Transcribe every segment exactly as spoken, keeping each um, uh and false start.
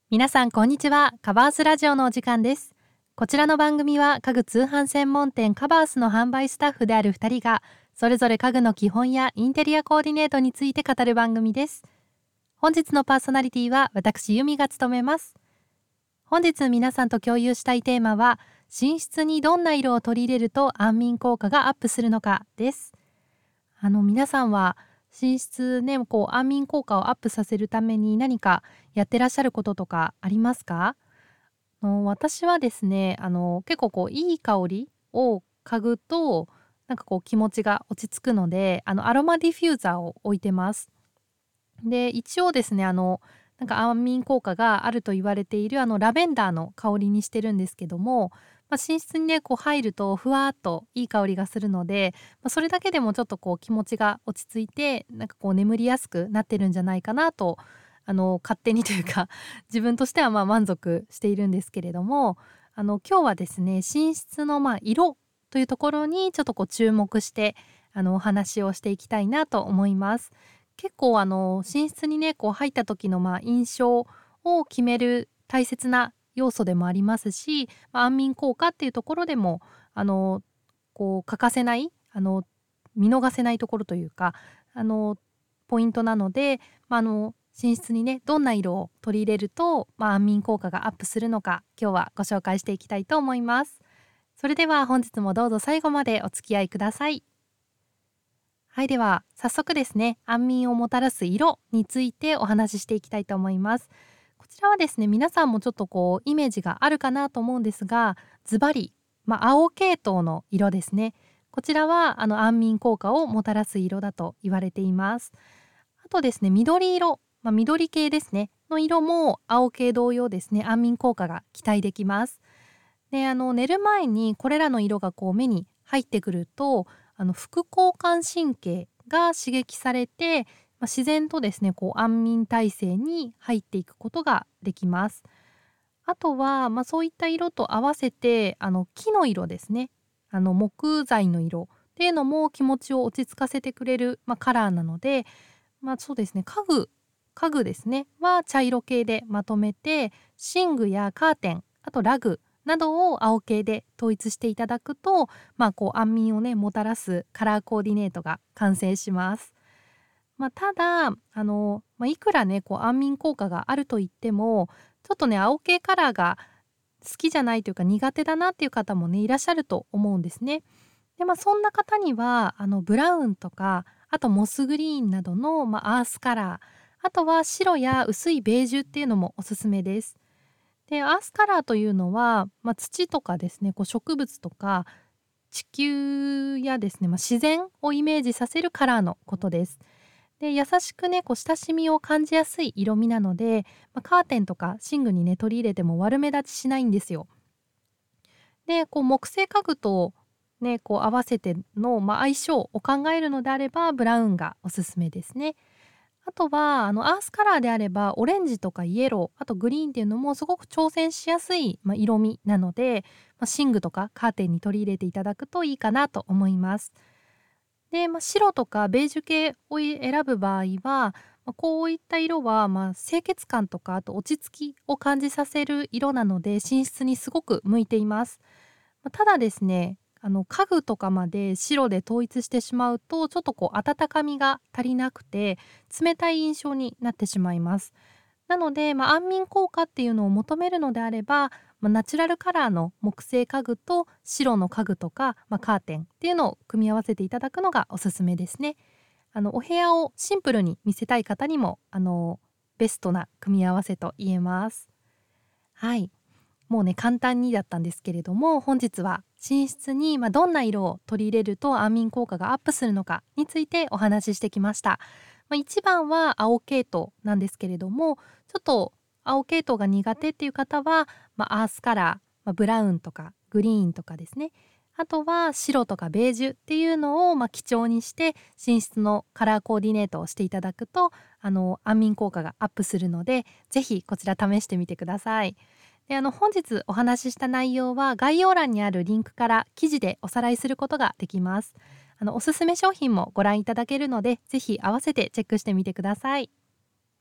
皆さんこんにちは。カバースラジオのお時間です。こちらの番組は家具通販専門店カバースの販売スタッフであるふたりがそれぞれ家具の基本やインテリアコーディネートについて語る番組です。本日のパーソナリティは私由美が務めます。本日皆さんと共有したいテーマは、寝室にどんな色を取り入れると安眠効果がアップするのかです。あの皆さんは寝室ね、こう安眠効果をアップさせるために何かやってらっしゃることとかありますか？あの私はですね、あの結構こういい香りを嗅ぐとなんかこう気持ちが落ち着くので、あのアロマディフューザーを置いてます。で一応ですね、あのなんか安眠効果があると言われているあのラベンダーの香りにしてるんですけども、まあ、寝室にねこう入るとふわっといい香りがするので、まあ、それだけでもちょっとこう気持ちが落ち着いてなんかこう眠りやすくなってるんじゃないかなと、あの勝手にというか自分としてはまあ満足しているんですけれども、あの今日はですね、寝室のまあ色というところにちょっとこう注目してあのお話をしていきたいなと思います。結構あの寝室にねこう入った時のまあ印象を決める大切な要素でもありますし、まあ、安眠効果っていうところでもあのこう欠かせないあの見逃せないところというか、あのポイントなので、まあ、あの寝室にねどんな色を取り入れると、まあ、安眠効果がアップするのか、今日はご紹介していきたいと思います。それでは本日もどうぞ最後までお付き合いください。はい、では早速ですね、安眠をもたらす色についてお話ししていきたいと思います。こちらはですね、皆さんもちょっとこうイメージがあるかなと思うんですが、ズバリ、まあ、青系統の色ですね。こちらはあの安眠効果をもたらす色だと言われています。あとですね、緑色、まあ、緑系ですねの色も青系同様ですね、安眠効果が期待できます。で、あの寝る前にこれらの色がこう目に入ってくると、あの副交感神経が刺激されて、まあ、自然とですねこう安眠体制に入っていくことができます。あとは、まあ、そういった色と合わせてあの木の色ですね、あの木材の色っていうのも気持ちを落ち着かせてくれる、まあ、カラーなので、まあ、そうですね、家具家具ですねは茶色系でまとめて、寝具やカーテン、あとラグなどを青系で統一していただくと、まあ、こう安眠をねもたらすカラーコーディネートが完成します。まあ、ただあの、まあ、いくらねこう安眠効果があるといっても、ちょっとね青系カラーが好きじゃないというか苦手だなっていう方もねいらっしゃると思うんですね。で、まあ、そんな方にはあのブラウンとか、あとモスグリーンなどの、まあ、アースカラー、あとは白や薄いベージュっていうのもおすすめです。で、アースカラーというのは、まあ、土とかですね、こう植物とか地球やですね、まあ、自然をイメージさせるカラーのことです。で、優しくね、こう親しみを感じやすい色味なので、まあ、カーテンとか寝具にね取り入れても悪目立ちしないんですよ。で、こう木製家具とね、こう合わせての、まあ、相性を考えるのであれば、ブラウンがおすすめですね。あとは、あの、アースカラーであれば、オレンジとかイエロー、あとグリーンっていうのもすごく挑戦しやすい、まあ、色味なので、まあ、寝具とかカーテンに取り入れていただくといいかなと思います。で、まあ、白とかベージュ系を選ぶ場合は、まあ、こういった色は、まあ、清潔感とか、あと落ち着きを感じさせる色なので、寝室にすごく向いています。ま、ただですね、あの家具とかまで白で統一してしまうと、ちょっとこう温かみが足りなくて、冷たい印象になってしまいます。なので、まあ、安眠効果っていうのを求めるのであれば、まあ、ナチュラルカラーの木製家具と白の家具とか、まあ、カーテンっていうのを組み合わせていただくのがおすすめですね。あのお部屋をシンプルに見せたい方にもあのベストな組み合わせと言えます。はい。もうね簡単にだったんですけれども、本日は寝室にまあどんな色を取り入れると安眠効果がアップするのかについてお話ししてきました。まあ、一番は青系統なんですけれども、ちょっと青系統が苦手っていう方は、まあ、アースカラー、まあ、ブラウンとかグリーンとかですね、あとは白とかベージュっていうのをまあ基調にして寝室のカラーコーディネートをしていただくと、あの安眠効果がアップするので、ぜひこちら試してみてください。で、あの本日お話しした内容は概要欄にあるリンクから記事でおさらいすることができます。あのおすすめ商品もご覧いただけるので、ぜひ合わせてチェックしてみてください。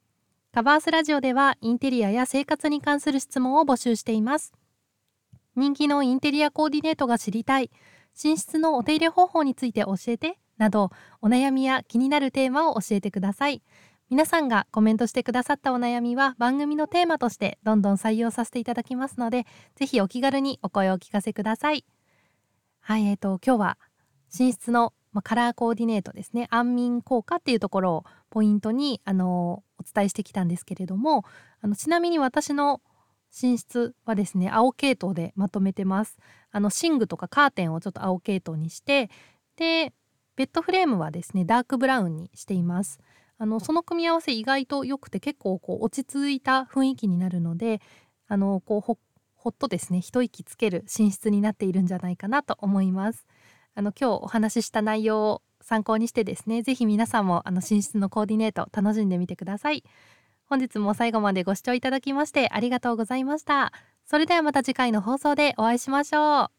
カバースラジオではインテリアや生活に関する質問を募集しています。人気のインテリアコーディネートが知りたい、寝室のお手入れ方法について教えてなど、お悩みや気になるテーマを教えてください。皆さんがコメントしてくださったお悩みは番組のテーマとしてどんどん採用させていただきますので、ぜひお気軽にお声をお聞かせください。はい、えーと今日は寝室のまあカラーコーディネートですね、安眠効果っていうところをポイントにあのお伝えしてきたんですけれども、あのちなみに私の寝室はですね、青系統でまとめてます。あの寝具とかカーテンをちょっと青系統にして、でベッドフレームはですねダークブラウンにしています。あのその組み合わせ意外と良くて、結構こう落ち着いた雰囲気になるので、あのこうほほっとですね一息つける寝室になっているんじゃないかなと思います。あの今日お話しした内容を参考にしてですね、ぜひ皆さんもあの寝室のコーディネート楽しんでみてください。本日も最後までご視聴いただきましてありがとうございました。それではまた次回の放送でお会いしましょう。